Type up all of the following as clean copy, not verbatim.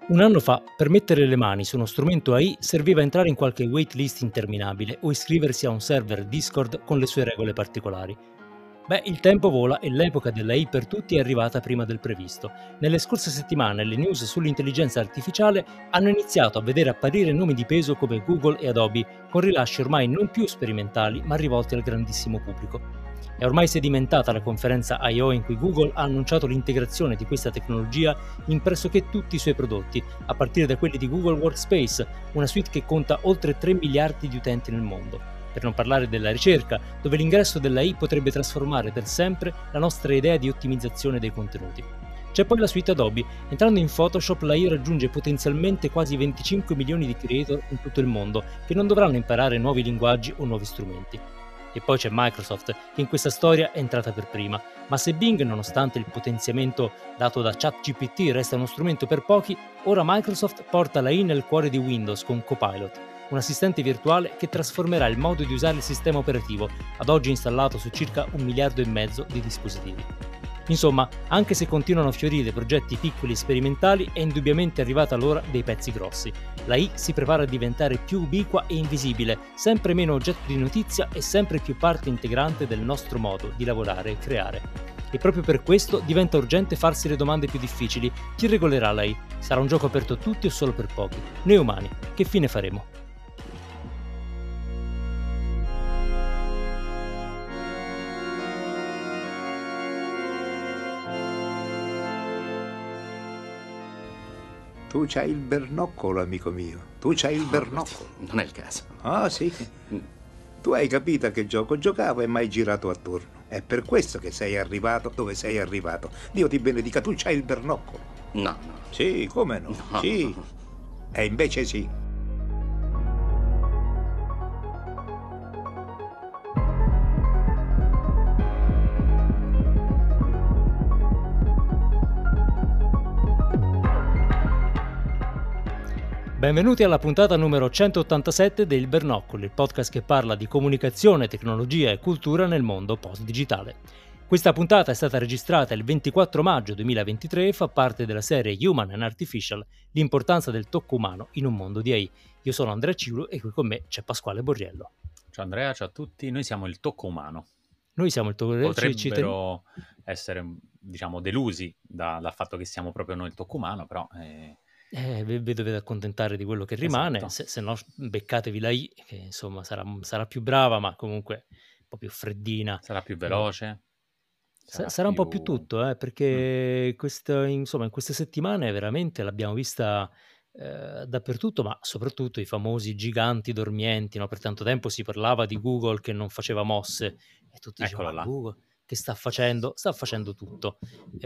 Un anno fa, per mettere le mani su uno strumento AI serviva entrare in qualche waitlist interminabile o iscriversi a un server Discord con le sue regole particolari. Beh, il tempo vola e l'epoca dell'AI per tutti è arrivata prima del previsto. Nelle scorse settimane le news sull'intelligenza artificiale hanno iniziato a vedere apparire nomi di peso come Google e Adobe, con rilasci ormai non più sperimentali ma rivolti al grandissimo pubblico. È ormai sedimentata la conferenza I/O in cui Google ha annunciato l'integrazione di questa tecnologia in pressoché tutti i suoi prodotti, a partire da quelli di Google Workspace, una suite che conta oltre 3 miliardi di utenti nel mondo. Per non parlare della ricerca, dove l'ingresso dell'AI potrebbe trasformare per sempre la nostra idea di ottimizzazione dei contenuti. C'è poi la suite Adobe. Entrando in Photoshop, l'AI raggiunge potenzialmente quasi 25 milioni di creator in tutto il mondo, che non dovranno imparare nuovi linguaggi o nuovi strumenti. E poi c'è Microsoft, che in questa storia è entrata per prima. Ma se Bing, nonostante il potenziamento dato da ChatGPT, resta uno strumento per pochi, ora Microsoft porta l'AI nel cuore di Windows con Copilot, un assistente virtuale che trasformerà il modo di usare il sistema operativo, ad oggi installato su circa 1,5 miliardi di dispositivi. Insomma, anche se continuano a fiorire progetti piccoli e sperimentali, è indubbiamente arrivata l'ora dei pezzi grossi. La I si prepara a diventare più ubiqua e invisibile, sempre meno oggetto di notizia e sempre più parte integrante del nostro modo di lavorare e creare. E proprio per questo diventa urgente farsi le domande più difficili. Chi regolerà la I? Sarà un gioco aperto a tutti o solo per pochi? Noi umani, che fine faremo? Tu c'hai il bernoccolo, amico mio. Tu c'hai il bernoccolo. Non è il caso. Ah, sì. Tu hai capito a che gioco giocavo e mai girato attorno. È per questo che sei arrivato dove sei arrivato. Dio ti benedica, tu c'hai il bernoccolo. No, no. Sì, come no? No. Sì. E invece sì. Benvenuti alla puntata numero 187 del Bernoccolo, il podcast che parla di comunicazione, tecnologia e cultura nel mondo post-digitale. Questa puntata è stata registrata il 24 maggio 2023 e fa parte della serie Human and Artificial, l'importanza del tocco umano in un mondo di AI. Io sono Andrea Ciulo e qui con me c'è Pasquale Borriello. Ciao Andrea, ciao a tutti, noi siamo il tocco umano. Noi siamo il tocco Potrebbero essere, diciamo, delusi dal fatto che siamo proprio noi il tocco umano, però... vi dovete accontentare di quello che rimane, Esatto. se no beccatevi la I, che insomma sarà più brava, ma comunque un po' più freddina. Sarà più veloce. Sarà un po' più tutto, perché insomma, in queste settimane veramente l'abbiamo vista dappertutto, ma soprattutto i famosi giganti dormienti, no? Per tanto tempo si parlava di Google che non faceva mosse e tutti dicevano, Eccolo ma là. Google che sta facendo? Sta facendo tutto.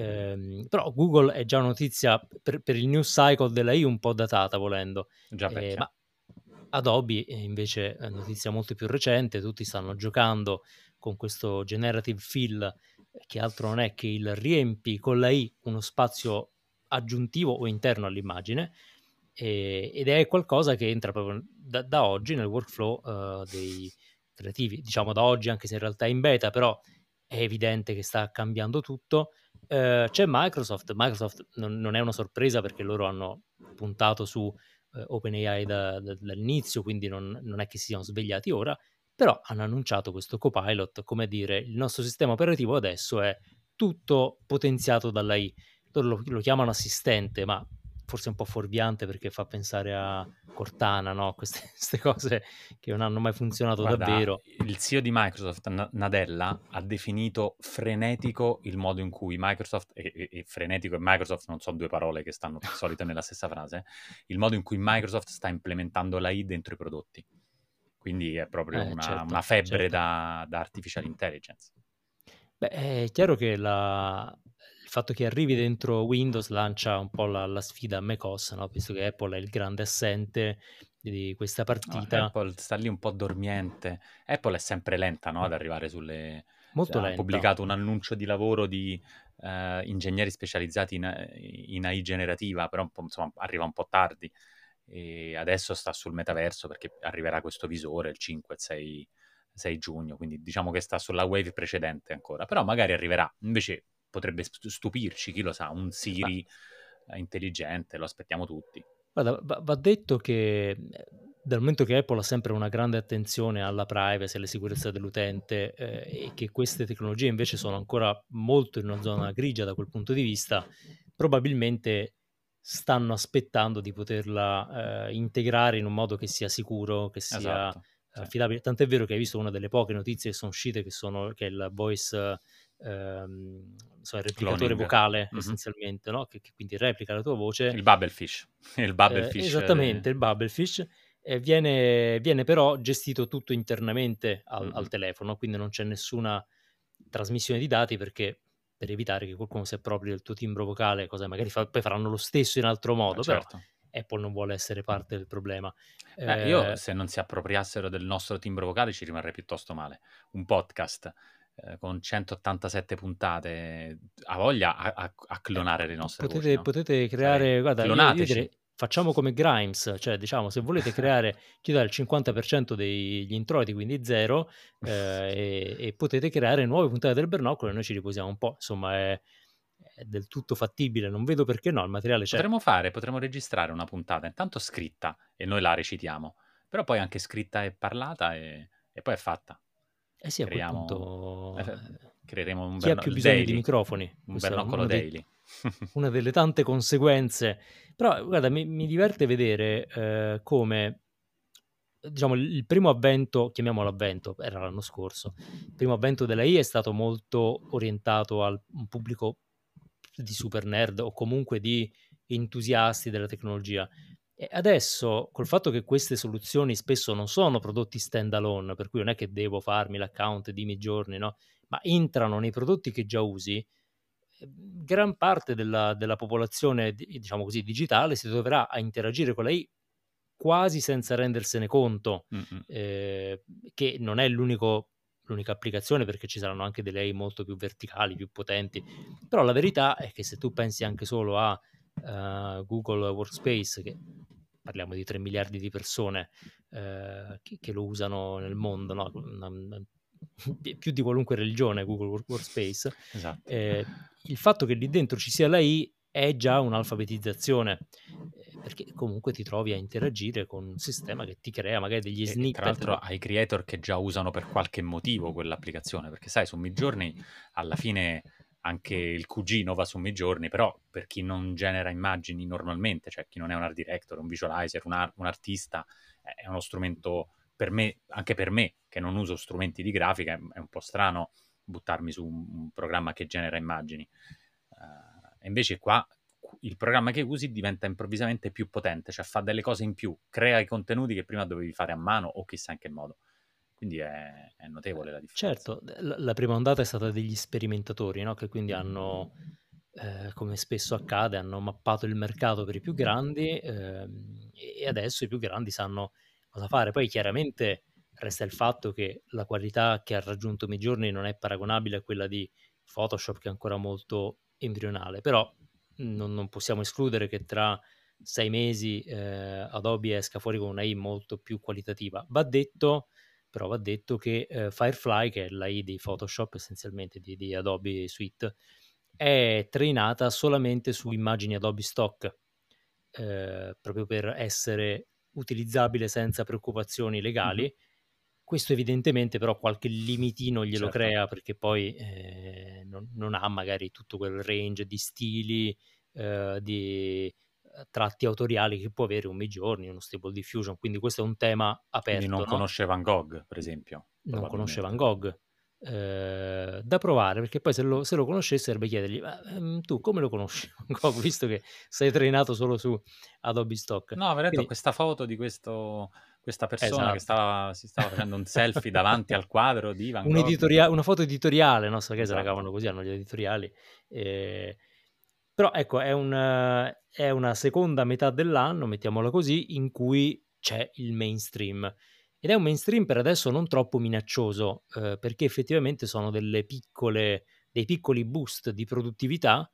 Però Google è già una notizia per il news cycle della I un po' datata volendo. Già vecchia. Ma Adobe invece è notizia molto più recente, tutti stanno giocando con questo generative fill, che altro non è che il riempi con la I uno spazio aggiuntivo o interno all'immagine, ed è qualcosa che entra proprio da oggi nel workflow dei creativi, diciamo da oggi, anche se in realtà è in beta, però è evidente che sta cambiando tutto. C'è Microsoft non è una sorpresa perché loro hanno puntato su OpenAI dall'inizio, quindi non è che si siano svegliati ora, però hanno annunciato questo Copilot, come dire, il nostro sistema operativo adesso è tutto potenziato dall'AI. Loro lo chiamano assistente, ma forse un po' fuorviante perché fa pensare a Cortana, no? Queste cose che non hanno mai funzionato Guarda, davvero. il CEO di Microsoft, Nadella, ha definito frenetico il modo in cui Microsoft, e frenetico e Microsoft non sono due parole che stanno di solito nella stessa frase, il modo in cui Microsoft sta implementando l'AI dentro i prodotti. Quindi è proprio una febbre certo. da artificial intelligence. Beh, è chiaro che il fatto che arrivi dentro Windows lancia un po' la sfida a macOS, no? Visto che Apple è il grande assente di questa partita. Apple sta lì un po' dormiente. Apple è sempre lenta, no, ad arrivare sulle... Molto ha lenta. pubblicato un annuncio di lavoro di ingegneri specializzati in AI generativa, però insomma, arriva un po' tardi. E adesso sta sul metaverso perché arriverà questo visore il 5 e 6 giugno, quindi diciamo che sta sulla wave precedente ancora, però magari arriverà. Invece potrebbe stupirci, chi lo sa, un Siri intelligente, lo aspettiamo tutti. Guarda, va detto che, dal momento che Apple ha sempre una grande attenzione alla privacy, alla sicurezza dell'utente, e che queste tecnologie invece sono ancora molto in una zona grigia da quel punto di vista, probabilmente stanno aspettando di poterla, integrare in un modo che sia sicuro, che sia Esatto, sì. affidabile. Tant'è vero che hai visto una delle poche notizie che sono uscite che è il voice, insomma il replicatore Cloning. vocale Mhm. essenzialmente, no, che quindi replica la tua voce. Il Bubblefish. Il Bubblefish. Esattamente, il Bubblefish, viene però gestito tutto internamente al telefono, quindi non c'è nessuna trasmissione di dati per evitare che qualcuno si appropri del tuo timbro vocale, cosa che magari poi faranno lo stesso in altro modo, però Certo. Apple non vuole essere parte del problema. Beh, io se non si appropriassero del nostro timbro vocale ci rimarrei piuttosto male. Un podcast con 187 puntate, ha voglia a clonare le nostre voci, no? Potete Sarei... creare, guarda, io Clonateci. direi facciamo come Grimes, cioè diciamo se volete creare, ci dà il 50% degli introiti, quindi 0, e potete creare nuove puntate del Bernoccolo e noi ci riposiamo un po', insomma è del tutto fattibile, non vedo perché no, il materiale c'è. Potremmo registrare una puntata, intanto scritta, e noi la recitiamo, però poi anche scritta e parlata e poi è fatta. Eh sì, a quel Creiamo, punto, creeremo chi ha più il bisogno di daily, microfoni? un Questa è bernoccolo daily. una delle tante conseguenze. Però guarda, mi diverte vedere, come, diciamo, il primo avvento, chiamiamolo avvento, era l'anno scorso, il primo avvento dell'AI è stato molto orientato al un pubblico di super nerd o comunque di entusiasti della tecnologia. E adesso, col fatto che queste soluzioni spesso non sono prodotti stand alone, per cui non è che devo farmi l'account di Midjourney, no, ma entrano nei prodotti che già usi, gran parte della popolazione, diciamo così, digitale si troverà a interagire con l'AI quasi senza rendersene conto, che non è l'unica applicazione, perché ci saranno anche delle AI molto più verticali, più potenti. Però la verità è che se tu pensi anche solo a Google Workspace, che parliamo di 3 miliardi di persone che lo usano nel mondo, no? Più di qualunque religione Google Workspace, Esatto. il fatto che lì dentro ci sia l'AI è già un'alfabetizzazione, perché comunque ti trovi a interagire con un sistema che ti crea magari degli E tra snippet, l'altro no? ai creator che già usano per qualche motivo quell'applicazione, perché sai, su Midjourney alla fine anche il cugino va su Midjourney, però per chi non genera immagini normalmente, cioè chi non è un art director, un visualizer, un artista, è uno strumento per me, anche per me, che non uso strumenti di grafica, è un po' strano buttarmi su un programma che genera immagini. E invece qua il programma che usi diventa improvvisamente più potente, cioè fa delle cose in più, crea i contenuti che prima dovevi fare a mano o chissà in che modo. Quindi è notevole la differenza. Certo, la prima ondata è stata degli sperimentatori, no? Che quindi hanno, come spesso accade, hanno mappato il mercato per i più grandi, e adesso i più grandi sanno cosa fare. Poi chiaramente resta il fatto che la qualità che ha raggiunto Midjourney non è paragonabile a quella di Photoshop, che è ancora molto embrionale, però non possiamo escludere che tra 6 mesi Adobe esca fuori con un'AI molto più qualitativa. Va detto che Firefly, che è l'AI di Photoshop essenzialmente, di Adobe Suite, è trainata solamente su immagini Adobe Stock, proprio per essere utilizzabile senza preoccupazioni legali. Questo evidentemente però qualche limitino glielo Certo. crea, perché poi non ha magari tutto quel range di stili, di tratti autoriali che può avere un Midjourney, uno Stable Diffusion, quindi questo è un tema Quindi aperto, non no? conosce Van Gogh, per esempio, Non conosce Van probabilmente. Gogh. Da provare, perché poi se lo conoscesse dovrebbe chiedergli: "Ma, tu come lo conosci Van Gogh, visto che sei trainato solo su Adobe Stock?" No, avrei detto Quindi questa foto di questa persona che esatto. si stava facendo un selfie davanti al quadro di Van Gogh. Una foto editoriale, no, so che se la Esatto. cavano così, hanno gli editoriali. Ehm, Però ecco è una seconda metà dell'anno, mettiamola così, in cui c'è il mainstream. Ed è un mainstream per adesso non troppo minaccioso, perché effettivamente sono dei piccoli boost di produttività,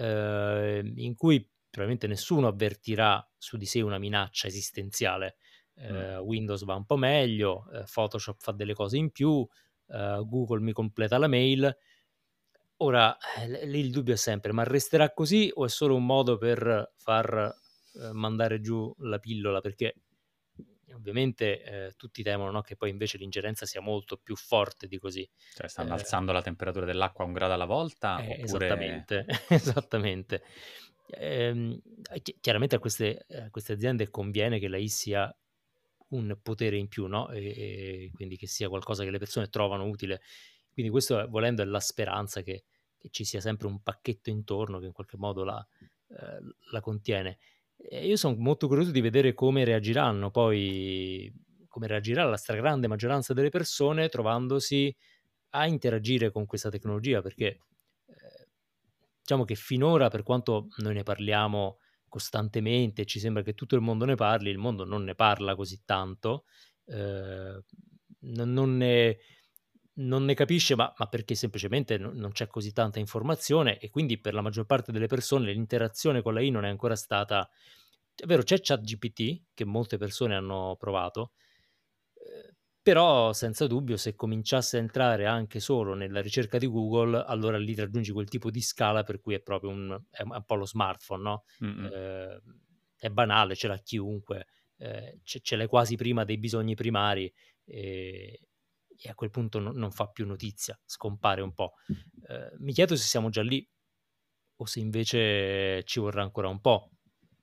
in cui probabilmente nessuno avvertirà su di sé una minaccia esistenziale. Windows va un po' meglio, Photoshop fa delle cose in più, Google mi completa la mail. Ora, lì il dubbio è sempre: ma resterà così o è solo un modo per far, mandare giù la pillola? Perché, ovviamente, tutti temono, no, che poi invece l'ingerenza sia molto più forte di così. Cioè stanno Ehm alzando la temperatura dell'acqua 1 grado alla volta oppure Esattamente, esattamente. Chiaramente a queste aziende conviene che l'AI sia un potere in più, no, quindi che sia qualcosa che le persone trovano utile. Quindi questo volendo è la speranza che ci sia sempre un pacchetto intorno che in qualche modo la contiene. E io son molto curioso di vedere come reagiranno poi, come reagirà la stragrande maggioranza delle persone trovandosi a interagire con questa tecnologia, perché, diciamo che finora, per quanto noi ne parliamo costantemente, ci sembra che tutto il mondo ne parli, il mondo non ne parla così tanto, ehm, non ne capisce, ma perché semplicemente non c'è così tanta informazione e quindi per la maggior parte delle persone l'interazione con l'AI non è ancora stata. È vero, c'è ChatGPT che molte persone hanno provato, però senza dubbio se cominciasse a entrare anche solo nella ricerca di Google, allora lì raggiungi quel tipo di scala per cui è proprio un po' lo smartphone, no, mh-mh. ehm, è banale, ce l'ha chiunque, ce l'hai quasi prima dei bisogni primari, ehm, e a quel punto non fa più notizia, scompare un po'. Mi chiedo se siamo già lì o se invece ci vorrà ancora un po'.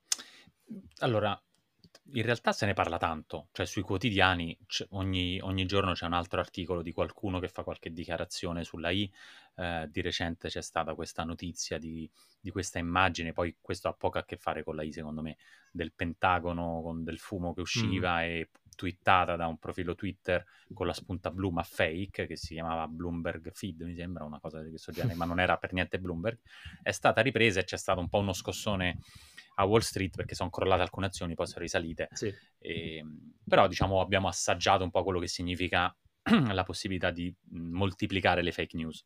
Allora, in realtà se ne parla tanto, cioè sui quotidiani ogni giorno c'è un altro articolo di qualcuno che fa qualche dichiarazione sulla I. Di recente c'è stata questa notizia di questa immagine, poi questo ha poco a che fare con la I secondo me, del Pentagono con del fumo che Mh, usciva e twittata da un profilo Twitter con la spunta blu ma fake, che si chiamava Bloomberg Feed, mi sembra, una cosa di questo genere, ma non era per niente Bloomberg, è stata ripresa e c'è stato un po' uno scossone a Wall Street perché son crollate alcune azioni, poi son risalite. sì, Però diciamo abbiamo assaggiato un po' quello che significa la possibilità di moltiplicare le fake news.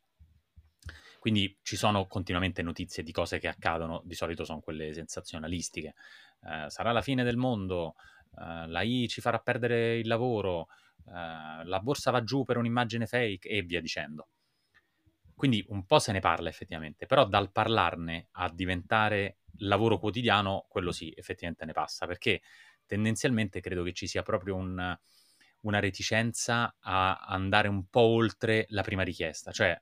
Quindi ci sono continuamente notizie di cose che accadono, di solito sono quelle sensazionalistiche. Sarà la fine del mondo, la I ci farà perdere il lavoro, la borsa va giù per un'immagine fake e via dicendo. Quindi un po' se ne parla effettivamente, però dal parlarne a diventare lavoro quotidiano, quello sì, effettivamente ne passa, perché tendenzialmente credo che ci sia proprio una reticenza a andare un po' oltre la prima richiesta, cioè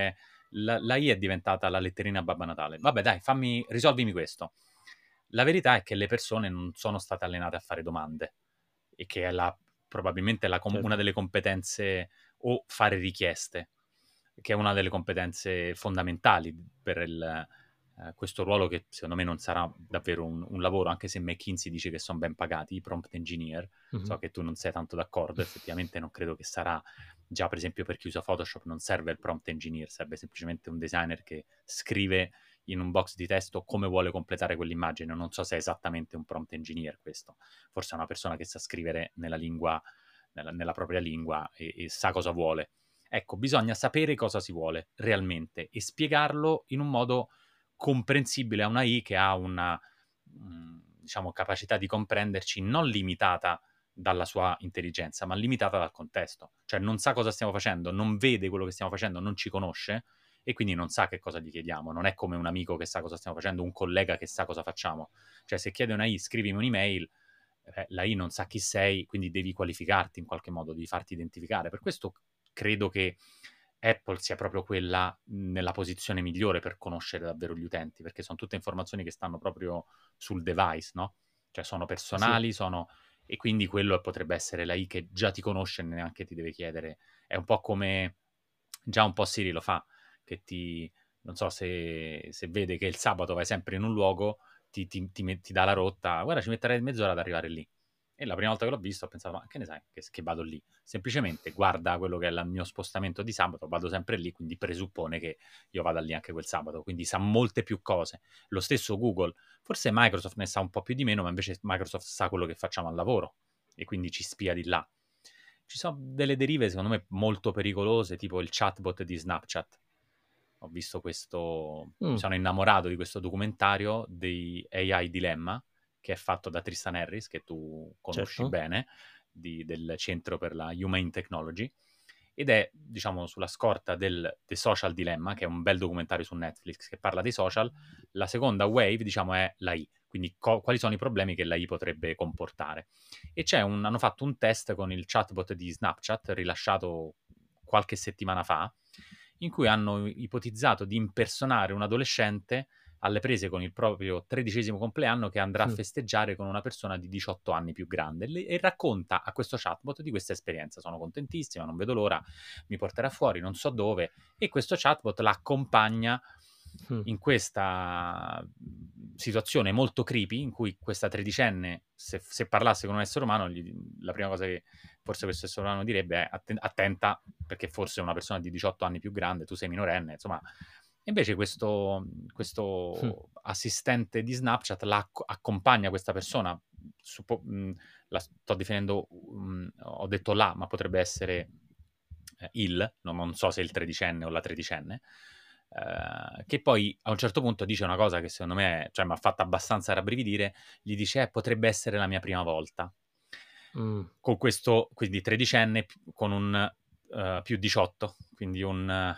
la I è diventata la letterina a Babbo Natale. Vabbè dai, risolvimi questo. La verità è che le persone non sono state allenate a fare domande e che è probabilmente una certo. delle competenze o fare richieste, che è una delle competenze fondamentali per questo ruolo che secondo me non sarà davvero un lavoro, anche se McKinsey dice che sono ben pagati, i prompt engineer. Mh-mh. So che tu non sei tanto d'accordo, effettivamente non credo che sarà, già per esempio per chi usa Photoshop non serve il prompt engineer, serve semplicemente un designer che scrive in un box di testo come vuole completare quell'immagine. Non so se è esattamente un prompt engineer questo, forse è una persona che sa scrivere nella lingua, nella propria lingua e sa cosa vuole. Ecco, bisogna sapere cosa si vuole realmente e spiegarlo in un modo comprensibile a una I che ha una, diciamo, capacità di comprenderci non limitata dalla sua intelligenza, ma limitata dal contesto. Cioè non sa cosa stiamo facendo, non vede quello che stiamo facendo, non ci conosce e quindi non sa che cosa gli chiediamo. Non è come un amico che sa cosa stiamo facendo, un collega che sa cosa facciamo. Cioè se chiede una I, scrivimi un'email, la I non sa chi sei, quindi devi qualificarti in qualche modo, devi farti identificare. Per questo credo che Apple sia proprio quella nella posizione migliore per conoscere davvero gli utenti, perché sono tutte informazioni che stanno proprio sul device, no? Cioè sono Eh sì. personali, e quindi quello potrebbe essere la I che già ti conosce e neanche ti deve chiedere. È un po' come già un po' Siri lo fa, che non so se vede che il sabato vai sempre in un luogo, ti dà la rotta, guarda ci metterei mezz'ora ad arrivare lì. E la prima volta che l'ho visto ho pensato, ma che ne sai che vado lì? Semplicemente guarda quello che è il mio spostamento di sabato, vado sempre lì, quindi presuppone che io vada lì anche quel sabato, quindi sa molte più cose. Lo stesso Google, forse Microsoft ne sa un po' più di meno, ma invece Microsoft sa quello che facciamo al lavoro e quindi ci spia di là. Ci sono delle derive, secondo me, molto pericolose, tipo il chatbot di Snapchat. Ho visto mi Mh, sono innamorato di questo documentario di AI Dilemma, che è fatto da Tristan Harris, che tu conosci certo. bene, del Centro per la Humane Technology, ed è, diciamo, sulla scorta del The Social Dilemma, che è un bel documentario su Netflix che parla dei social. La seconda wave, diciamo, è l'AI, quindi quali sono i problemi che l'AI potrebbe comportare. E hanno fatto un test con il chatbot di Snapchat, rilasciato qualche settimana fa, in cui hanno ipotizzato di impersonare un adolescente alle prese con il proprio 13° compleanno che andrà a festeggiare con una persona di 18 anni più grande e racconta a questo chatbot di questa esperienza. Sono contentissima, non vedo l'ora, mi porterà fuori, non so dove, e questo chatbot la accompagna in questa situazione molto creepy in cui questa tredicenne, se parlasse con un essere umano, la prima cosa che forse questo essere umano direbbe è attenta, perché forse è una persona di 18 anni più grande, tu sei minorenne, insomma. Invece questo assistente di Snapchat accompagna questa persona, la sto definendo, ho detto la, ma potrebbe essere non so se il tredicenne o la tredicenne, che poi a un certo punto dice una cosa che secondo me, cioè, mi ha fatto abbastanza rabbrividire, gli dice potrebbe essere la mia prima volta. Con questo, quindi tredicenne con un più 18, quindi un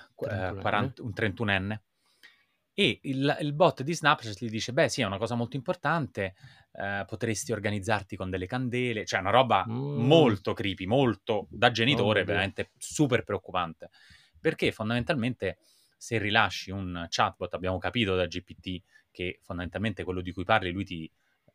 31enne. E il bot di Snapchat gli dice, beh sì, è una cosa molto importante, potresti organizzarti con delle candele, cioè una roba molto creepy, molto da genitore, veramente super preoccupante. Perché fondamentalmente se rilasci un chatbot, abbiamo capito da GPT che fondamentalmente quello di cui parli, lui ti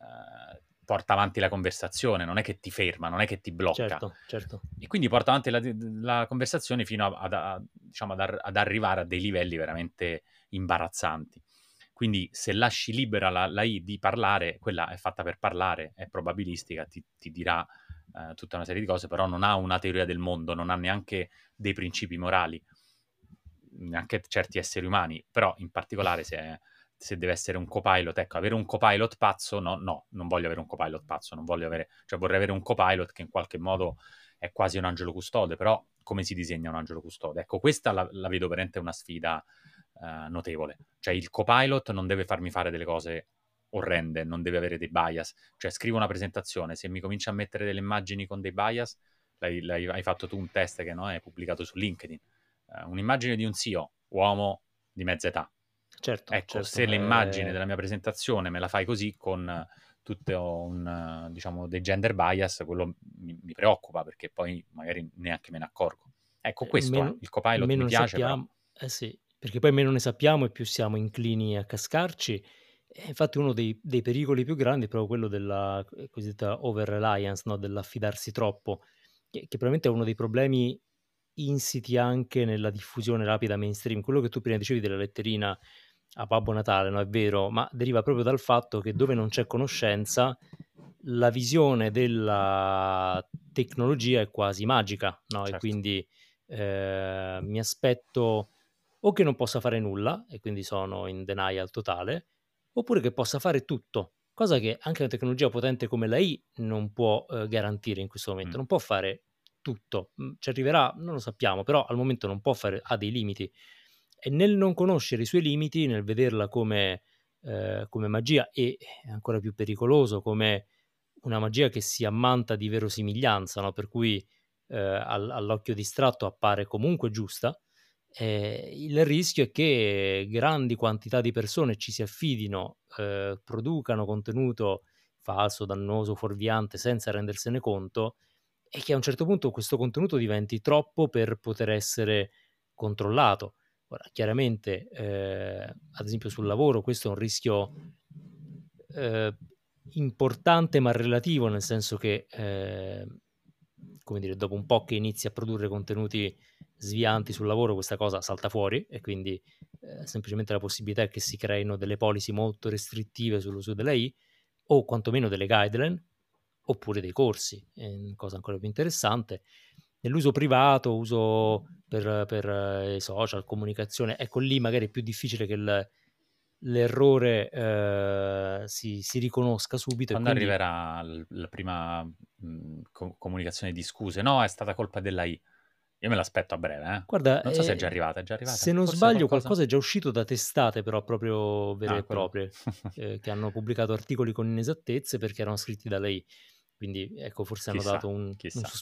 porta avanti la conversazione, non è che ti ferma, non è che ti blocca. Certo. E quindi porta avanti la conversazione fino diciamo, ad arrivare a dei livelli veramente imbarazzanti. Quindi se lasci libera l'AI di parlare, quella è fatta per parlare, è probabilistica, ti dirà tutta una serie di cose, però non ha una teoria del mondo, non ha neanche dei principi morali, neanche certi esseri umani, però in particolare se deve essere un copilot, ecco, avere un copilot pazzo, no, non voglio avere un copilot pazzo, non voglio avere, cioè vorrei avere un copilot che in qualche modo è quasi un angelo custode, però come si disegna un angelo custode? Ecco, questa la vedo veramente una sfida notevole. Cioè il copilot non deve farmi fare delle cose orrende, non deve avere dei bias. Cioè scrivo una presentazione, se mi comincia a mettere delle immagini con dei bias, hai fatto tu un test che hai pubblicato su LinkedIn, un'immagine di un CEO, uomo di mezza età. Ecco, se l'immagine della mia presentazione me la fai così con tutto diciamo, dei gender bias, quello mi preoccupa, perché poi magari neanche me ne accorgo. Ecco, questo il copilot mi piace, però. Sì, perché poi meno ne sappiamo e più siamo inclini a cascarci. E infatti uno dei pericoli più grandi è proprio quello della cosiddetta over reliance, no? Dell'affidarsi troppo, che probabilmente è uno dei problemi insiti anche nella diffusione rapida mainstream. Quello che tu prima dicevi della letterina a Babbo Natale, no, è vero, ma deriva proprio dal fatto che dove non c'è conoscenza, la visione della tecnologia è quasi magica, no? Certo. E quindi mi aspetto o che non possa fare nulla e quindi sono in denial totale, oppure che possa fare tutto, cosa che anche una tecnologia potente come l'AI non può garantire in questo momento, non può fare tutto. Ci arriverà? Non lo sappiamo, però al momento non può fare, ha dei limiti. E nel non conoscere i suoi limiti, nel vederla come magia e ancora più pericoloso, come una magia che si ammanta di verosimiglianza, no, per cui all'occhio distratto appare comunque giusta, il rischio è che grandi quantità di persone ci si affidino, producano contenuto falso, dannoso, fuorviante senza rendersene conto e che a un certo punto questo contenuto diventi troppo per poter essere controllato. Ora chiaramente, ad esempio sul lavoro questo è un rischio, importante ma relativo, nel senso che, come dire, dopo un po' che inizi a produrre contenuti svianti sul lavoro questa cosa salta fuori e quindi, semplicemente la possibilità è che si creino delle policy molto restrittive sull'uso dell'AI o quantomeno delle guideline, oppure dei corsi, cosa ancora più interessante. Nell'uso privato, uso per i social, comunicazione, ecco lì magari è più difficile che l'errore, si riconosca subito e Quando quindi arriverà la prima comunicazione di scuse? No, è stata colpa dell'AI. Io me l'aspetto a breve, eh. guarda, Non so se è già arrivata, è già se arrivata? non Forse sbaglio qualcosa? qualcosa è già uscito da testate però proprio vere e Quello. proprie, che hanno pubblicato articoli con inesattezze perché erano scritti da lei. Quindi ecco, forse hanno Chissà, dato chissà.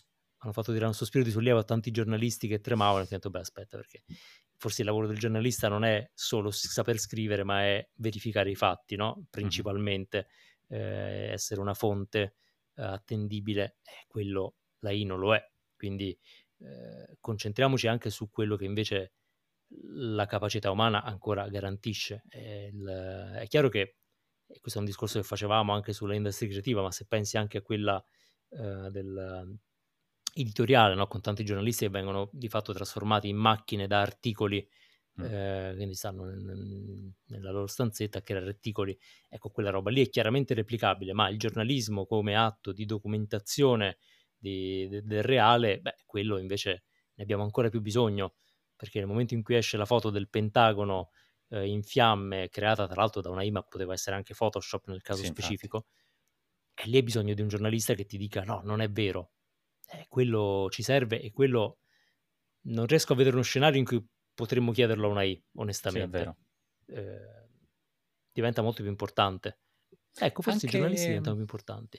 hanno fatto tirare un sospiro di sollievo a tanti giornalisti che tremavano, e ho detto, beh, aspetta, perché forse il lavoro del giornalista non è solo saper scrivere, ma è verificare i fatti, no? Principalmente essere una fonte attendibile, quello la I non lo è. Quindi concentriamoci anche su quello che invece la capacità umana ancora garantisce. È chiaro che, e questo è un discorso che facevamo anche sulla industria creativa, ma se pensi anche a quella del editoriale, no? Con tanti giornalisti che vengono di fatto trasformati in macchine da articoli, quindi stanno nella loro stanzetta a creare articoli, ecco, quella roba lì è chiaramente replicabile, ma il giornalismo come atto di documentazione del reale, beh, quello invece ne abbiamo ancora più bisogno, perché nel momento in cui esce la foto del Pentagono in fiamme, creata tra l'altro da una IMAP, poteva essere anche Photoshop nel caso Sì, infatti. specifico, e lì hai bisogno di un giornalista che ti dica no, non è vero. Quello ci serve, e quello non riesco a vedere uno scenario in cui potremmo chiederlo a una I, Sì, è onestamente. vero. Diventa molto più importante. Ecco, forse i giornalisti Anche... diventano più importanti.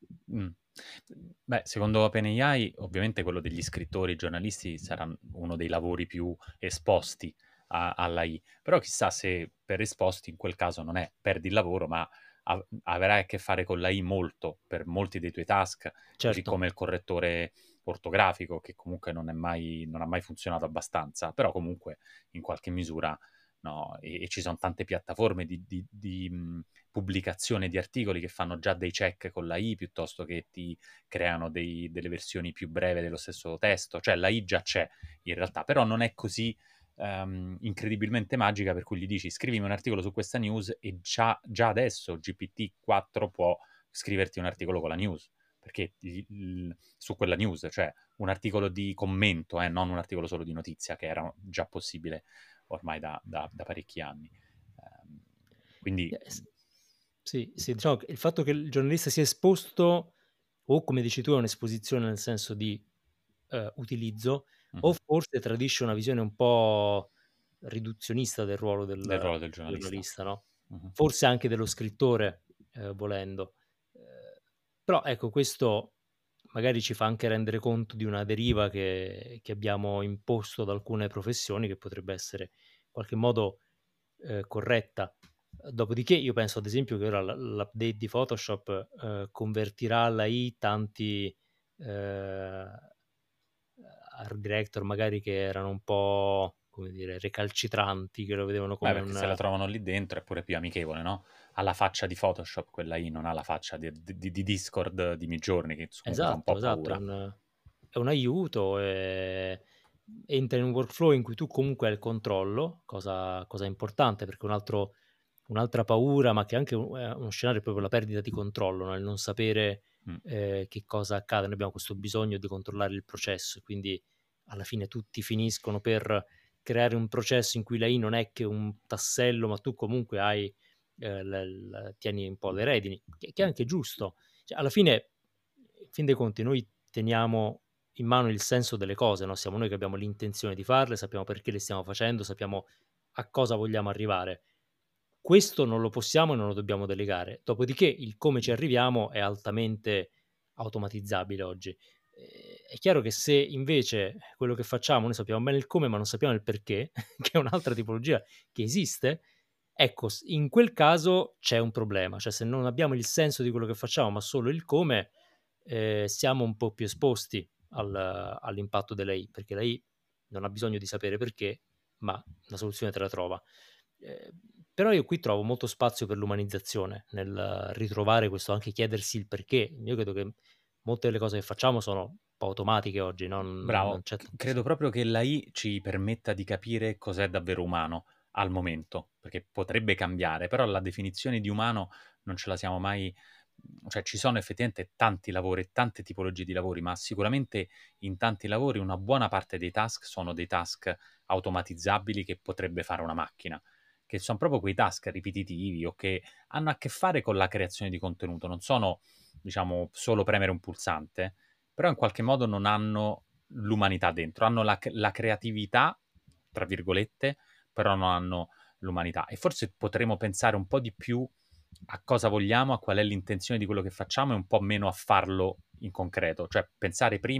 Beh, secondo OpenAI, ovviamente quello degli scrittori, giornalisti sarà uno dei lavori più esposti all'AI, però chissà se per esposti in quel caso non è perdi il lavoro, ma avrai a che fare con l'AI molto per molti dei tuoi task, così Certo. come il correttore ortografico, che comunque non ha mai funzionato abbastanza, però comunque in qualche misura, no, e ci sono tante piattaforme di pubblicazione di articoli che fanno già dei check con l'AI piuttosto che ti creano delle versioni più brevi dello stesso testo, cioè l'AI già c'è in realtà, però non è così incredibilmente magica per cui gli dici scrivimi un articolo su questa news e già adesso GPT-4 può scriverti un articolo con la news, perché su quella news, cioè un articolo di commento, non un articolo solo di notizia, che era già possibile ormai da parecchi anni. Quindi... Sì, diciamo che il fatto che il giornalista sia esposto, o come dici tu, è un'esposizione nel senso di utilizzo, o forse tradisce una visione un po' riduzionista del ruolo del del ruolo del giornalista. giornalista, no? Forse anche dello scrittore, volendo. Però ecco, questo magari ci fa anche rendere conto di una deriva che abbiamo imposto ad alcune professioni, che potrebbe essere in qualche modo corretta. Dopodiché io penso ad esempio che ora l'update di Photoshop convertirà l'AI tanti art director magari che erano un po', come dire, recalcitranti, che lo vedevano Beh, come perché se la trovano lì dentro è pure più amichevole, no? Ha la faccia di Photoshop, quella I non ha la faccia di Discord di Midjourney, che comunque fa un po' Esatto, paura. è un aiuto, entra in un workflow in cui tu comunque hai il controllo, cosa importante, perché un'altra paura, ma che anche è uno scenario, è proprio la perdita di controllo, no? Il non sapere che cosa accade. Noi abbiamo questo bisogno di controllare il processo, quindi alla fine tutti finiscono per creare un processo in cui l'AI non è che un tassello, ma tu comunque hai tieni un po' le redini, che è anche giusto. Cioè, alla fine, in fin dei conti, noi teniamo in mano il senso delle cose, no? Siamo noi che abbiamo l'intenzione di farle, sappiamo perché le stiamo facendo, sappiamo a cosa vogliamo arrivare. Questo non lo possiamo e non lo dobbiamo delegare. Dopodiché il come ci arriviamo è altamente automatizzabile oggi. È chiaro che se invece quello che facciamo, noi sappiamo bene il come, ma non sappiamo il perché, che è un'altra tipologia che esiste, ecco, in quel caso c'è un problema. Cioè, se non abbiamo il senso di quello che facciamo, ma solo il come, siamo un po' più esposti all'impatto dell'AI, perché l'AI non ha bisogno di sapere perché, ma la soluzione te la trova. Però io qui trovo molto spazio per l'umanizzazione, nel ritrovare questo, anche chiedersi il perché. Io credo che molte delle cose che facciamo sono un po' automatiche oggi, no? Non Bravo, c'è credo tantissimo. proprio che l'AI ci permetta di capire cos'è davvero umano al momento, perché potrebbe cambiare, però la definizione di umano non ce la siamo mai... Cioè ci sono effettivamente tanti lavori, tante tipologie di lavori, ma sicuramente in tanti lavori una buona parte dei task sono dei task automatizzabili che potrebbe fare una macchina, che sono proprio quei task ripetitivi o che hanno a che fare con la creazione di contenuto, non sono, diciamo, solo premere un pulsante, però in qualche modo non hanno l'umanità dentro, hanno la creatività, tra virgolette, però non hanno l'umanità. E forse potremo pensare un po' di più a cosa vogliamo, a qual è l'intenzione di quello che facciamo e un po' meno a farlo in concreto. Cioè pensare prima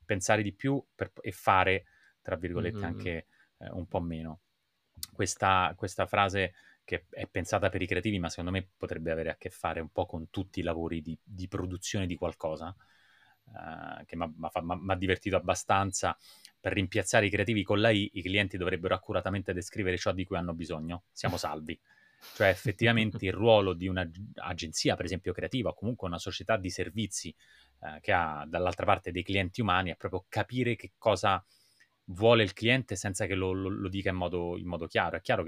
pensare di più e fare, tra Mm, virgolette, mm, mm. anche un po' meno. Questa frase che è pensata per i creativi, ma secondo me potrebbe avere a che fare un po' con tutti i lavori di produzione di qualcosa, che mi ha divertito abbastanza. Per rimpiazzare i creativi con l'AI, i clienti dovrebbero accuratamente descrivere ciò di cui hanno bisogno. Siamo salvi. Cioè, effettivamente il ruolo di un'agenzia, per esempio creativa, o comunque una società di servizi che ha dall'altra parte dei clienti umani, è proprio capire che cosa vuole il cliente senza che lo dica in modo chiaro. È chiaro che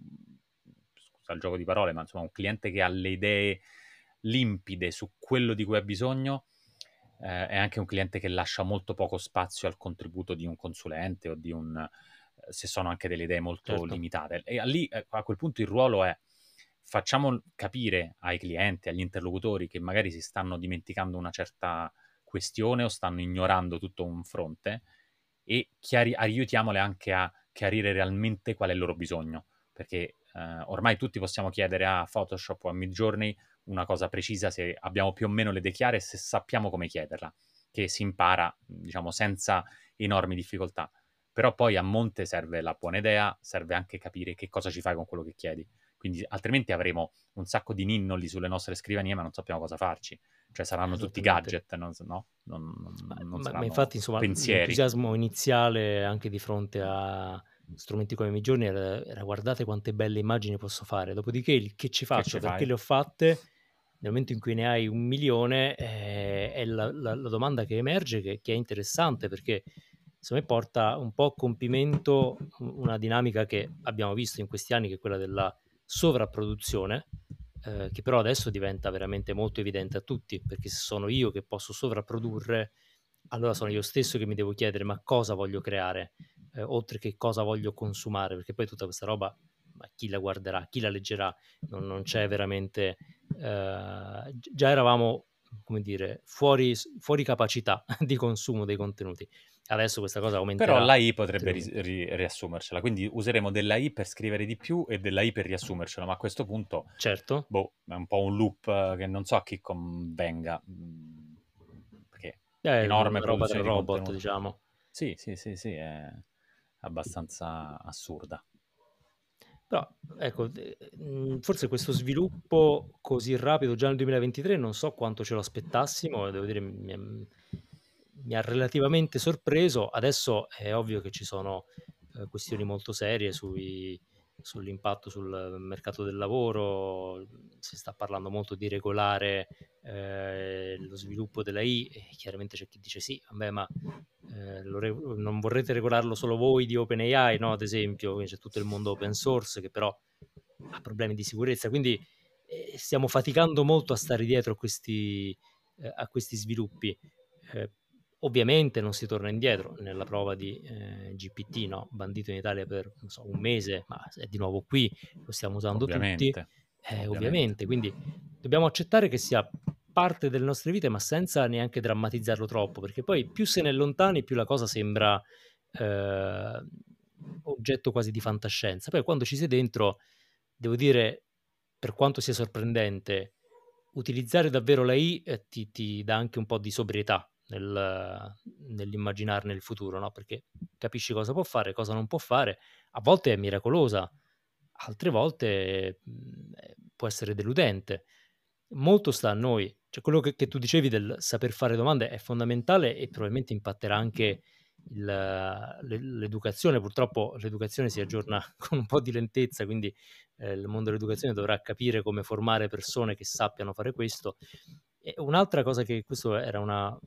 scusa il gioco di parole, ma insomma un cliente che ha le idee limpide su quello di cui ha bisogno è anche un cliente che lascia molto poco spazio al contributo di un consulente o di se sono anche delle idee molto Certo. limitate. E lì, a quel punto il ruolo è: facciamo capire ai clienti, agli interlocutori che magari si stanno dimenticando una certa questione o stanno ignorando tutto un fronte, e aiutiamole anche a chiarire realmente qual è il loro bisogno, perché ormai tutti possiamo chiedere a Photoshop o a Midjourney una cosa precisa se abbiamo più o meno le idee chiare e se sappiamo come chiederla, che si impara, diciamo, senza enormi difficoltà. Però poi a monte serve la buona idea, serve anche capire che cosa ci fai con quello che chiedi. Quindi altrimenti avremo un sacco di ninnoli sulle nostre scrivanie, ma non sappiamo cosa farci. Cioè saranno tutti Esattamente. gadget, no? Non Ma saranno infatti, insomma, pensieri. l'entusiasmo iniziale anche di fronte a strumenti come Midjourney era guardate quante belle immagini posso fare, dopodiché il che ci Che faccio, ci perché fai? le ho fatte, nel momento in cui ne hai 1 milione, è la domanda che emerge, che è interessante, perché secondo me porta un po' a compimento una dinamica che abbiamo visto in questi anni, che è quella della sovrapproduzione, che però adesso diventa veramente molto evidente a tutti, perché se sono io che posso sovrapprodurre, allora sono io stesso che mi devo chiedere: ma cosa voglio creare, oltre che cosa voglio consumare, perché poi tutta questa roba, ma chi la guarderà, chi la leggerà, non c'è veramente, già eravamo, come dire, fuori capacità di consumo dei contenuti. Adesso questa cosa Però aumenterà l'AI potrebbe ulteriormente. riassumercela, quindi useremo dell'AI per scrivere di più e dell'AI per riassumercela, ma a questo punto, Certo, boh, è un po' un loop che non so a chi convenga, perché enorme una roba da produzione di robot, contenuto. diciamo. Sì, sì, sì, sì, è abbastanza assurda. Però ecco, forse questo sviluppo così rapido già nel 2023 non so quanto ce lo aspettassimo, e devo dire mi ha relativamente sorpreso. Adesso è ovvio che ci sono, questioni molto serie sull'impatto sul mercato del lavoro. Si sta parlando molto di regolare, lo sviluppo dell'AI, e chiaramente c'è chi dice: "Sì, vabbè, ma non vorrete regolarlo solo voi di OpenAI, no, ad esempio, quindi c'è tutto il mondo open source che però ha problemi di sicurezza, quindi stiamo faticando molto a stare dietro a questi sviluppi. Eh, Ovviamente non si torna indietro nella prova di GPT, no? Bandito in Italia per non so, 1 mese, ma è di nuovo qui, lo stiamo usando tutti, Ovviamente, ovviamente. ovviamente, quindi dobbiamo accettare che sia parte delle nostre vite, ma senza neanche drammatizzarlo troppo, perché poi più se ne è lontani, più la cosa sembra ehm, oggetto quasi di fantascienza. Poi quando ci sei dentro, devo dire, per quanto sia sorprendente, utilizzare davvero l'AI ti dà anche un po' di sobrietà nell'immaginarne il futuro, no? Perché capisci cosa può fare, cosa non può fare. A volte è miracolosa, altre volte può essere deludente. Molto sta a noi. Cioè quello che tu dicevi del saper fare domande è fondamentale e probabilmente impatterà anche l'educazione. Purtroppo l'educazione si aggiorna con un po' di lentezza, quindi il mondo dell'educazione dovrà capire come formare persone che sappiano fare questo. E un'altra cosa, che questo era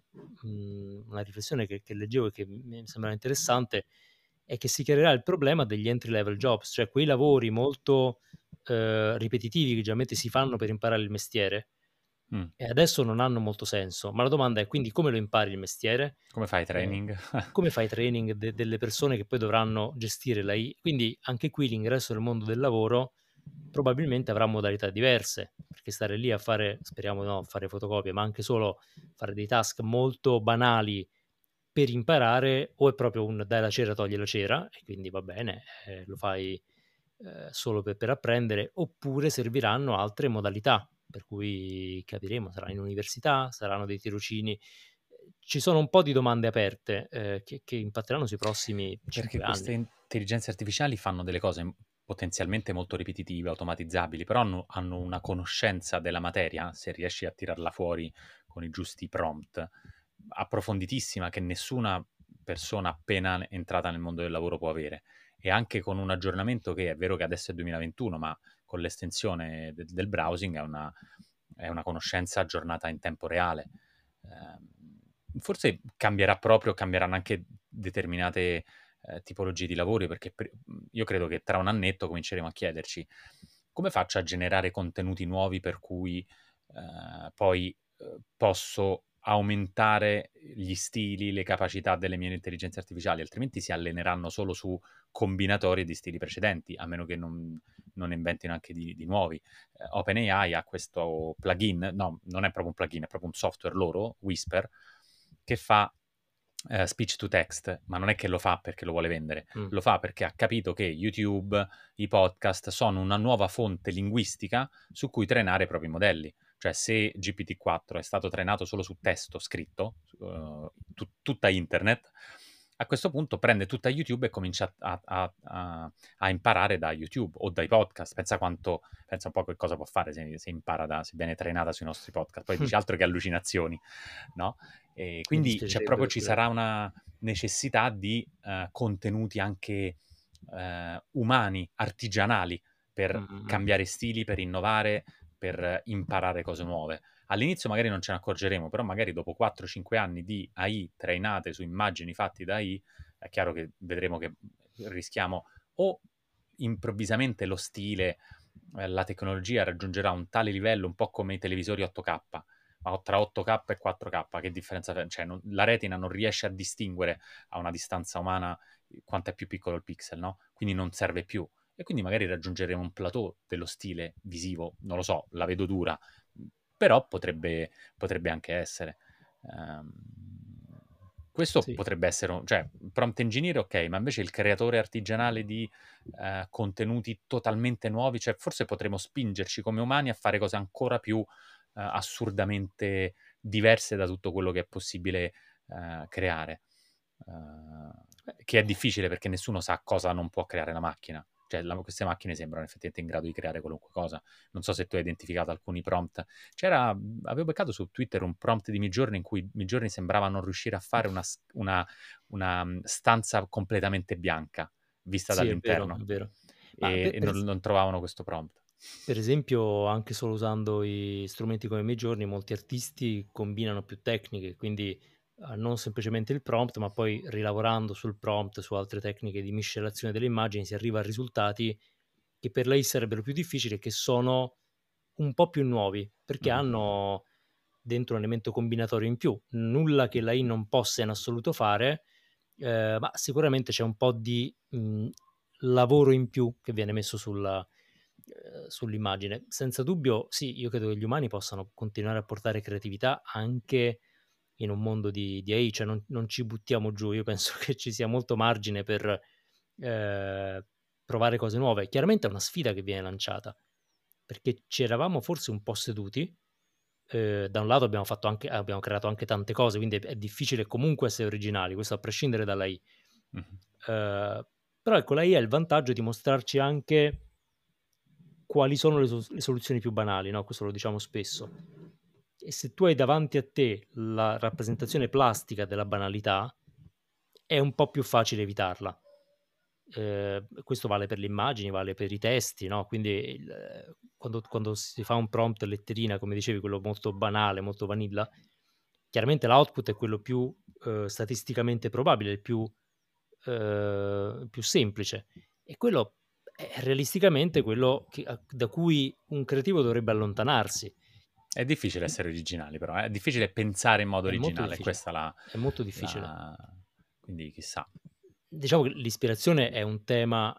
una riflessione che leggevo e che mi sembrava interessante, è che si creerà il problema degli entry level jobs, cioè quei lavori molto ripetitivi che generalmente si fanno per imparare il mestiere, Mm. e adesso non hanno molto senso. Ma la domanda è: quindi come lo impari il mestiere? Come fai Ehm, training? Come fai training delle persone che poi dovranno gestire l'AI? Quindi anche qui l'ingresso nel mondo del lavoro probabilmente avrà modalità diverse, perché stare lì a fare, speriamo di no, fare fotocopie, ma anche solo fare dei task molto banali per imparare, o è proprio un dai la cera togli la cera e quindi va bene, lo fai solo per apprendere, oppure serviranno altre modalità, per cui capiremo, sarà in università, saranno dei tirocini. ci sono un po' di domande aperte che impatteranno sui prossimi Perché 5 queste anni. intelligenze artificiali fanno delle cose potenzialmente molto ripetitive, automatizzabili, però hanno una conoscenza della materia, se riesci a tirarla fuori con i giusti prompt, approfonditissima, che nessuna persona appena entrata nel mondo del lavoro può avere. E anche con un aggiornamento che è vero che adesso è 2021, ma con l'estensione del browsing è una conoscenza aggiornata in tempo reale. Forse cambieranno anche determinate tipologie di lavori, perché io credo che tra un annetto cominceremo a chiederci come faccio a generare contenuti nuovi per cui poi posso aumentare gli stili, le capacità delle mie intelligenze artificiali, altrimenti si alleneranno solo su combinatori di stili precedenti, a meno che non inventino anche di nuovi. OpenAI ha questo plugin, no, non è proprio un plugin, è proprio un software loro, Whisper, che fa speech to text, ma non è che lo fa perché lo vuole vendere, lo fa perché ha capito che YouTube, i podcast sono una nuova fonte linguistica su cui trainare i propri modelli. Cioè, se GPT-4 è stato trainato solo su testo scritto, tutta internet, a questo punto prende tutta YouTube e comincia a imparare da YouTube o dai podcast. Pensa un po' che cosa può fare se impara se viene trainata sui nostri podcast. Poi dice altro che allucinazioni, no? E Mi quindi dispiacerebbe ci perché sarà una necessità di contenuti anche umani, artigianali, per cambiare stili, per innovare, per imparare cose nuove. All'inizio magari non ce ne accorgeremo, però magari dopo 4-5 anni di AI trainate su immagini fatte da AI, è chiaro che vedremo che rischiamo o improvvisamente lo stile, la tecnologia raggiungerà un tale livello, un po' come i televisori 8K, ma tra 8K e 4K, che differenza c'è? Cioè, la retina non riesce a distinguere a una distanza umana quanto è più piccolo il pixel, no? Quindi non serve più. E quindi magari raggiungeremo un plateau dello stile visivo, non lo so, la vedo dura, però potrebbe anche essere. Ehm, Questo sì. potrebbe essere, cioè, prompt engineer, ok, ma invece il creatore artigianale di contenuti totalmente nuovi, cioè forse potremo spingerci come umani a fare cose ancora più assurdamente diverse da tutto quello che è possibile creare. Che è difficile perché nessuno sa cosa non può creare la macchina. Cioè, queste macchine sembrano effettivamente in grado di creare qualunque cosa. Non so se tu hai identificato alcuni prompt. Avevo beccato su Twitter un prompt di Midjourney in cui Midjourney sembrava non riuscire a fare una stanza completamente bianca, vista Sì, è vero, dall'interno. è vero. Ma E non trovavano questo prompt. per esempio, anche solo usando i strumenti come Midjourney, molti artisti combinano più tecniche, quindi, non semplicemente il prompt, ma poi rilavorando sul prompt, su altre tecniche di miscelazione delle immagini, si arriva a risultati che per lei sarebbero più difficili e che sono un po' più nuovi, perché Mhm. hanno dentro un elemento combinatorio in più. Nulla che l'AI non possa in assoluto fare, ma sicuramente c'è un po' di, lavoro in più che viene messo sull'immagine. Senza dubbio sì, io credo che gli umani possano continuare a portare creatività anche in un mondo di AI, cioè non ci buttiamo giù. Io penso che ci sia molto margine per, ehm, provare cose nuove. Chiaramente è una sfida che viene lanciata, perché ci eravamo forse un po' seduti. Da un lato abbiamo creato anche tante cose, quindi è difficile comunque essere originali, questo a prescindere dall'AI. Mhm. Però ecco, l'AI ha il vantaggio di mostrarci anche quali sono le soluzioni più banali, no, questo lo diciamo spesso. E se tu hai davanti a te la rappresentazione plastica della banalità, è un po' più facile evitarla. Questo vale per le immagini, vale per i testi, no, quindi quando si fa un prompt letterina, come dicevi, quello molto banale, molto vanilla, chiaramente l'output è quello più, statisticamente probabile, il più semplice. E quello è realisticamente quello da cui un creativo dovrebbe allontanarsi. È difficile essere originali, però, È difficile pensare in modo È molto originale, difficile, questa è molto difficile. la... Quindi chissà. Diciamo che l'ispirazione è un tema,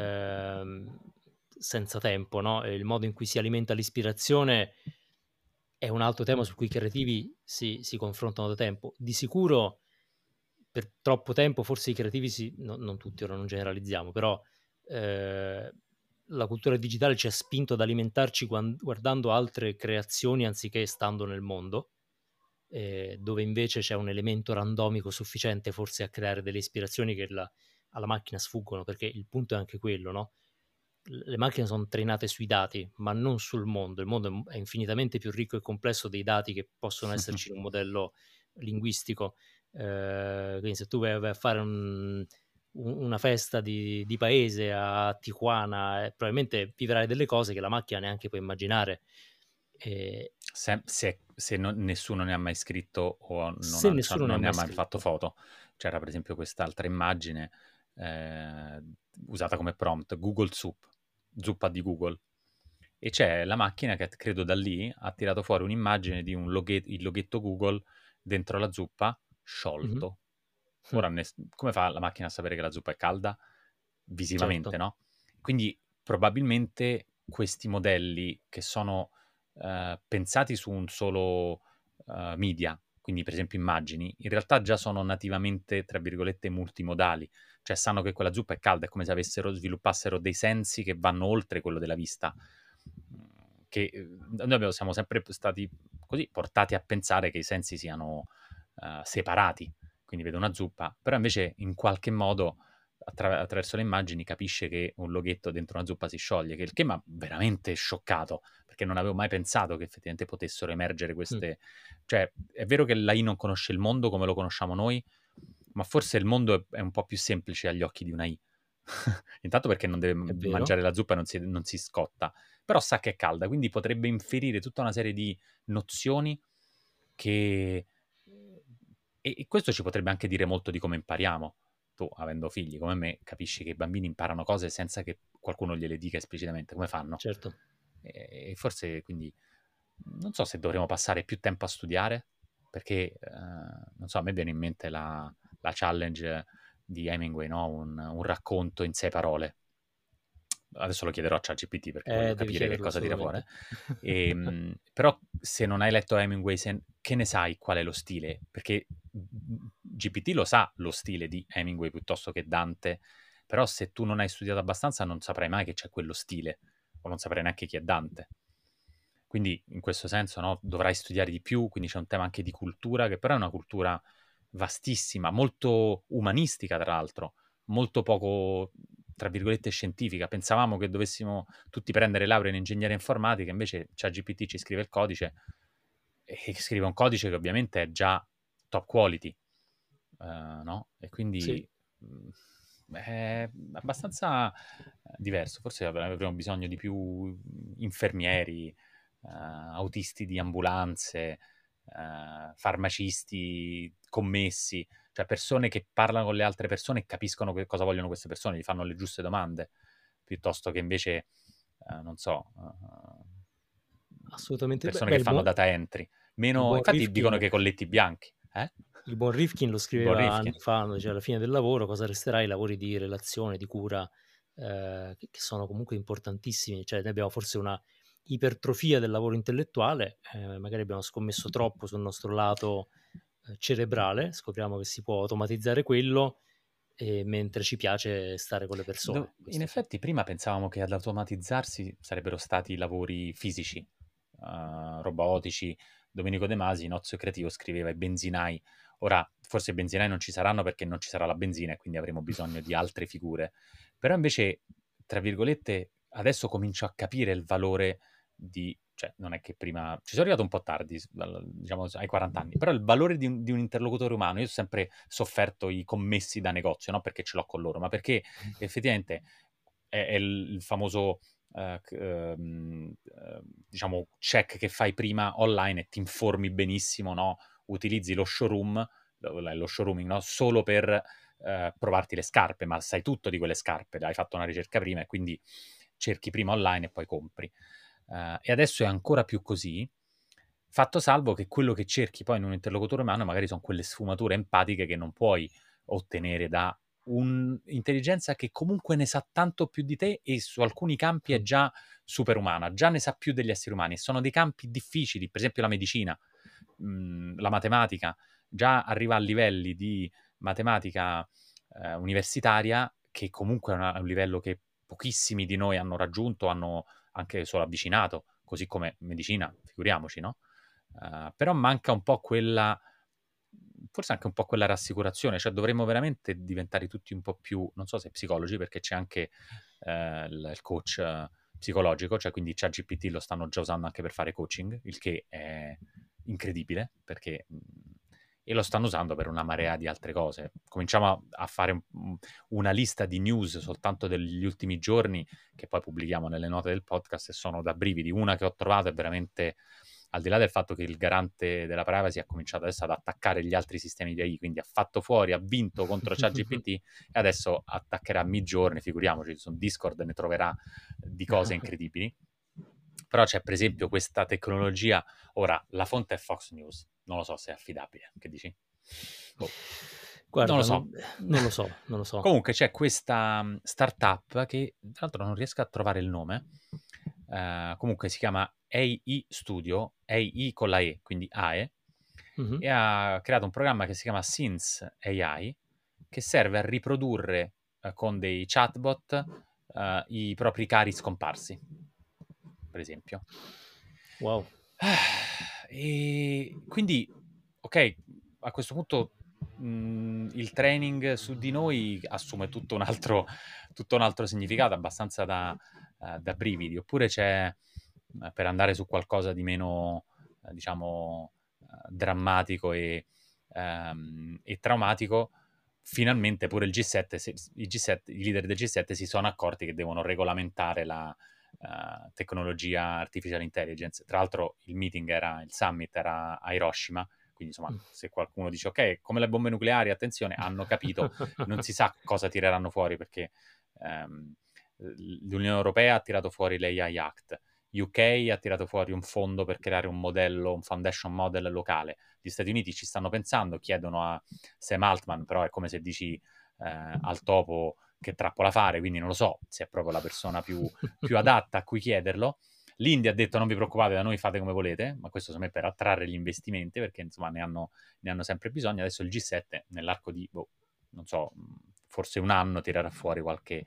senza tempo, no, e il modo in cui si alimenta l'ispirazione è un altro tema su cui i creativi si confrontano da tempo. Di sicuro per troppo tempo forse i creativi non tutti, ora non generalizziamo, però, ehm, la cultura digitale ci ha spinto ad alimentarci guardando altre creazioni anziché stando nel mondo. dove invece c'è un elemento randomico sufficiente forse a creare delle ispirazioni che alla macchina sfuggono, perché il punto è anche quello, no? Le macchine sono trainate sui dati, ma non sul mondo. Il mondo è infinitamente più ricco e complesso dei dati che possono esserci in un modello linguistico. Quindi se tu vai a fare una festa di paese a Tijuana, probabilmente vivrai delle cose che la macchina neanche può immaginare. Se nessuno ne ha mai scritto o Se nessuno ne ha non ne ha mai mai fatto scritto. foto. C'era per esempio quest'altra immagine usata come prompt, Google Soup, zuppa di Google. E c'è la macchina che credo da lì ha tirato fuori un'immagine di il loghetto Google dentro la zuppa Mhm. sciolto. Mm, Ora, come fa la macchina a sapere che la zuppa è calda? Visivamente, certo. no? Quindi probabilmente questi modelli che sono pensati su un solo media, quindi per esempio immagini, in realtà già sono nativamente, tra virgolette, multimodali, cioè sanno che quella zuppa è calda, è come se sviluppassero dei sensi che vanno oltre quello della vista. Che noi siamo sempre stati così portati a pensare che i sensi siano separati, quindi vedo una zuppa, però invece in qualche modo attraverso le immagini capisce che un loghetto dentro una zuppa si scioglie, che il che mi ha veramente scioccato, perché non avevo mai pensato che effettivamente potessero emergere Mm, queste... Cioè, è vero che l'AI non conosce il mondo come lo conosciamo noi, ma forse il mondo è un po' più semplice agli occhi di una I. Intanto perché non deve è vero. mangiare la zuppa e non si scotta, però sa che è calda, quindi potrebbe inferire tutta una serie di nozioni che... E questo ci potrebbe anche dire molto di come impariamo. Tu, avendo figli come me, capisci che i bambini imparano cose senza che qualcuno gliele dica esplicitamente come fanno. Certo. E forse quindi non so se dovremmo passare più tempo a studiare, perché non so, a me viene in mente la challenge di Hemingway, no? Un racconto in 6 parole. Adesso lo chiederò a ChatGPT perché voglio Devi capire che chiederlo cosa tira fuori. assolutamente. Però se non hai letto Hemingway, che ne sai qual è lo stile? Perché GPT lo sa lo stile di Hemingway piuttosto che Dante, però se tu non hai studiato abbastanza non saprai mai che c'è quello stile, o non saprai neanche chi è Dante. Quindi in questo senso no, dovrai studiare di più, quindi c'è un tema anche di cultura, che però è una cultura vastissima, molto umanistica tra l'altro, molto poco, tra virgolette, scientifica. Pensavamo che dovessimo tutti prendere laurea in ingegneria informatica, invece ChatGPT ci scrive il codice e scrive un codice che ovviamente è già top quality, no? E Sì. quindi è abbastanza diverso. Forse avremo bisogno di più infermieri, autisti di ambulanze, farmacisti, commessi, cioè persone che parlano con le altre persone e capiscono che cosa vogliono queste persone, gli fanno le giuste domande, piuttosto che invece, non so, Assolutamente. persone Beh, che fanno data entry. il Meno... buon Infatti dicono Rifkin che i colletti bianchi, eh? il buon Rifkin lo Il buon scriveva anni Rifkin. fa, no, cioè alla fine del lavoro cosa resterà? I lavori di relazione, di cura, che sono comunque importantissimi. Cioè noi abbiamo forse una ipertrofia del lavoro intellettuale, magari abbiamo scommesso troppo sul nostro lato, cerebrale, scopriamo che si può automatizzare quello, mentre ci piace stare con le persone. In Questo effetti prima pensavamo che ad automatizzarsi sarebbero stati i lavori fisici, robotici. Domenico De Masi, in Ozio Creativo, scriveva i benzinai. Ora, forse i benzinai non ci saranno perché non ci sarà la benzina e quindi avremo bisogno di altre figure. Però invece, tra virgolette, adesso comincio a capire il valore di... Cioè, non è che prima... Ci sono arrivato un po' tardi, diciamo, ai 40 anni, però il valore di un interlocutore umano, io ho sempre sofferto i commessi da negozio, non perché ce l'ho con loro, ma perché effettivamente è il famoso diciamo check che fai prima online e ti informi benissimo, no? Utilizzi lo showroom, lo showrooming, no? Solo per provarti le scarpe, ma sai tutto di quelle scarpe, hai fatto una ricerca prima e quindi cerchi prima online e poi compri. E adesso è ancora più così, fatto salvo che quello che cerchi poi in un interlocutore umano magari sono quelle sfumature empatiche che non puoi ottenere da un'intelligenza che comunque ne sa tanto più di te e su alcuni campi è già superumana, già ne sa più degli esseri umani. Sono dei campi difficili, per esempio la medicina, la matematica, già arriva a livelli di matematica universitaria che comunque è un livello che pochissimi di noi hanno raggiunto, hanno anche solo avvicinato, così come medicina, figuriamoci, no? Però manca un po' quella, forse anche un po' quella rassicurazione, cioè dovremmo veramente diventare tutti un po' più, non so se psicologi, perché c'è anche il coach psicologico, cioè quindi ChatGPT lo stanno già usando anche per fare coaching, il che è incredibile, perché e lo stanno usando per una marea di altre cose. Cominciamo a fare una lista di news soltanto degli ultimi giorni, che poi pubblichiamo nelle note del podcast, e sono da brividi. Una che ho trovato è veramente, al di là del fatto che il garante della privacy ha cominciato adesso ad attaccare gli altri sistemi di AI, quindi ha fatto fuori, ha vinto contro ChatGPT e adesso attaccherà Midjourney, figuriamoci, su Discord ne troverà di cose incredibili. Però c'è per esempio questa tecnologia, ora la fonte è Fox News, non lo so se è affidabile, che dici? Boh. Guarda, Non lo so. non lo so. Comunque c'è questa startup che tra l'altro non riesco a trovare il nome, comunque si chiama AI Studio, AI con la E, quindi AE, e ha creato un programma che si chiama Scenes AI, che serve a riprodurre con dei chatbot i propri cari scomparsi, per esempio. Wow. E quindi, ok, a questo punto il training su di noi assume tutto un altro significato, abbastanza da brividi. Oppure c'è, per andare su qualcosa di meno, diciamo, drammatico e traumatico, finalmente pure il G7, i leader del G7 si sono accorti che devono regolamentare la tecnologia artificial intelligence. Tra l'altro il summit era a Hiroshima, quindi insomma se qualcuno dice ok, come le bombe nucleari, attenzione, hanno capito, non si sa cosa tireranno fuori, perché l'Unione Europea ha tirato fuori l'AI Act, UK ha tirato fuori un fondo per creare un modello, un foundation model locale. Gli Stati Uniti ci stanno pensando, chiedono a Sam Altman, però è come se dici al topo che trappola fare, quindi non lo so se è proprio la persona più adatta a cui chiederlo. L'India ha detto non vi preoccupate, da noi fate come volete, ma questo secondo me per attrarre gli investimenti, perché insomma ne hanno sempre bisogno. Adesso il G7 nell'arco di, non so, forse un anno tirerà fuori qualche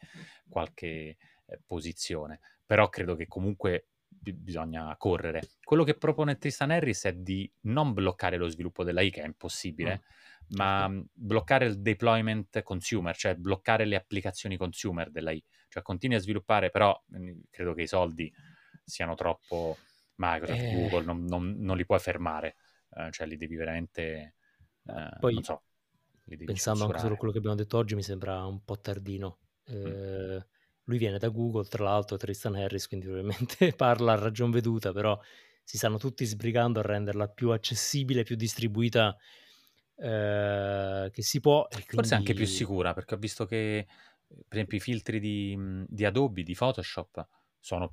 posizione, però credo che comunque bisogna correre. Quello che propone Tristan Harris è di non bloccare lo sviluppo dell'AI, che è impossibile, ma bloccare il deployment consumer, cioè bloccare le applicazioni consumer dell'AI. Cioè continui a sviluppare, però credo che i soldi siano troppo, Microsoft, Google, non li puoi fermare, cioè li devi veramente, poi, non so, li devi pensando anche solo a censurare. quello che abbiamo detto oggi, mi sembra un po' tardino. Lui viene da Google, tra l'altro, Tristan Harris, quindi probabilmente parla a ragion veduta, però si stanno tutti sbrigando a renderla più accessibile, più distribuita che si può. E Forse anche più quindi sicura, perché ho visto che, per esempio, i filtri di Adobe, di Photoshop, sono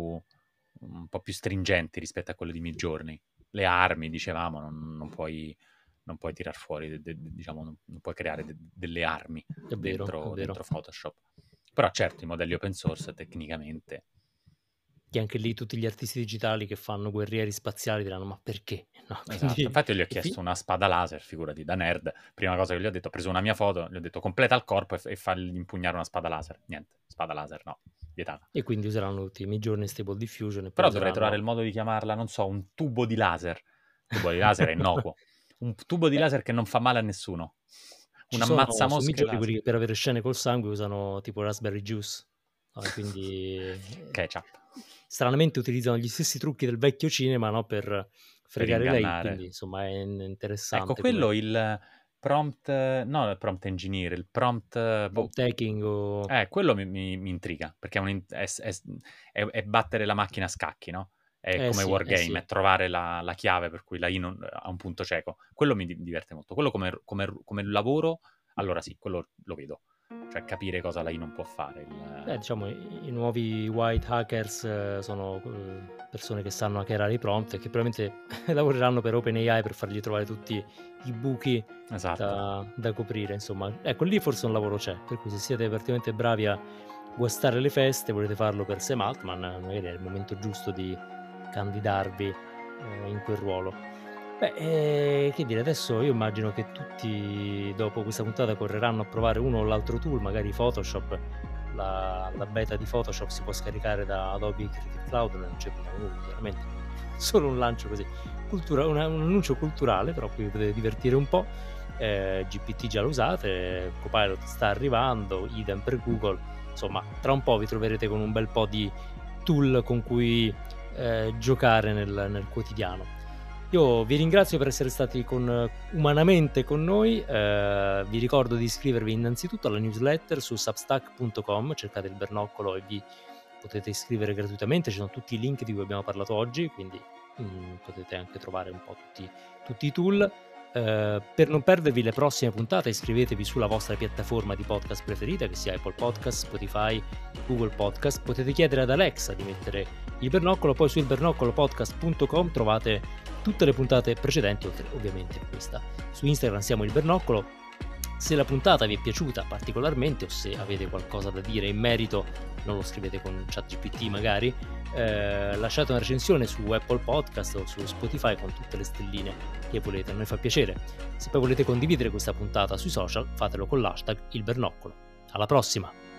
un po' più stringenti rispetto a quelli di Midjourney. Le armi, dicevamo, non puoi tirar fuori, diciamo, non puoi creare delle armi è vero, è vero. dentro Photoshop. Però certo, i modelli open source tecnicamente... Che anche lì tutti gli artisti digitali che fanno guerrieri spaziali diranno ma perché? No, Esatto, infatti io gli ho chiesto una spada laser, figurati, da nerd. Prima cosa che gli ho detto, ho preso una mia foto, gli ho detto completa il corpo e fagli impugnare una spada laser. Niente, spada laser no, vietata. E quindi useranno tutti i Midjourney Stable Diffusion. E poi Però useranno... dovrei trovare il modo di chiamarla, non so, un tubo di laser. Un tubo di laser è innocuo. Un tubo di laser che non fa male a nessuno. Un ammazzamosche su Midjourney laser. quelli che per avere scene col sangue usano tipo Raspberry Juice. Quindi Ketchup. stranamente utilizzano gli stessi trucchi del vecchio cinema, no, per fregare lei, ingannare. quindi insomma è interessante. Ecco, quello il prompt, no il prompt engineer, il prompt tagging o... quello mi intriga, perché è battere la macchina a scacchi, no? È come wargame, è trovare la chiave per cui la I non, ha un punto cieco. Quello mi diverte molto. Quello come lavoro, allora sì, quello lo vedo. Cioè capire cosa la I non può fare. diciamo i nuovi white hackers sono persone che sanno hackerare i prompt e che probabilmente lavoreranno per OpenAI per fargli trovare tutti i buchi da coprire, insomma. Ecco, lì forse un lavoro c'è, per cui se siete particolarmente bravi a guastare le feste, volete farlo per Sam Altman, magari è il momento giusto di candidarvi in quel ruolo. Beh, che dire, adesso io immagino che tutti dopo questa puntata correranno a provare uno o l'altro tool, magari Photoshop. La beta di Photoshop si può scaricare da Adobe Creative Cloud, non c'è nulla, chiaramente. solo un lancio così, un annuncio culturale, però qui vi potete divertire un po'. GPT già lo usate, Copilot sta arrivando, idem per Google, insomma tra un po' vi troverete con un bel po' di tool con cui giocare nel quotidiano. Io vi ringrazio per essere stati umanamente con noi, vi ricordo di iscrivervi innanzitutto alla newsletter su substack.com, cercate il Bernoccolo e vi potete iscrivere gratuitamente, ci sono tutti i link di cui abbiamo parlato oggi, quindi potete anche trovare un po' tutti i tool. Per non perdervi le prossime puntate iscrivetevi sulla vostra piattaforma di podcast preferita, che sia Apple Podcast, Spotify, Google Podcast. Potete chiedere ad Alexa di mettere il Bernoccolo, poi su ilbernoccolopodcast.com trovate tutte le puntate precedenti, oltre ovviamente a questa. Su Instagram siamo il Bernoccolo. Se la puntata vi è piaciuta particolarmente o se avete qualcosa da dire in merito, non lo scrivete con ChatGPT magari, lasciate una recensione su Apple Podcast o su Spotify con tutte le stelline che volete, a noi fa piacere. Se poi volete condividere questa puntata sui social, fatelo con l'hashtag il Bernoccolo. Alla prossima!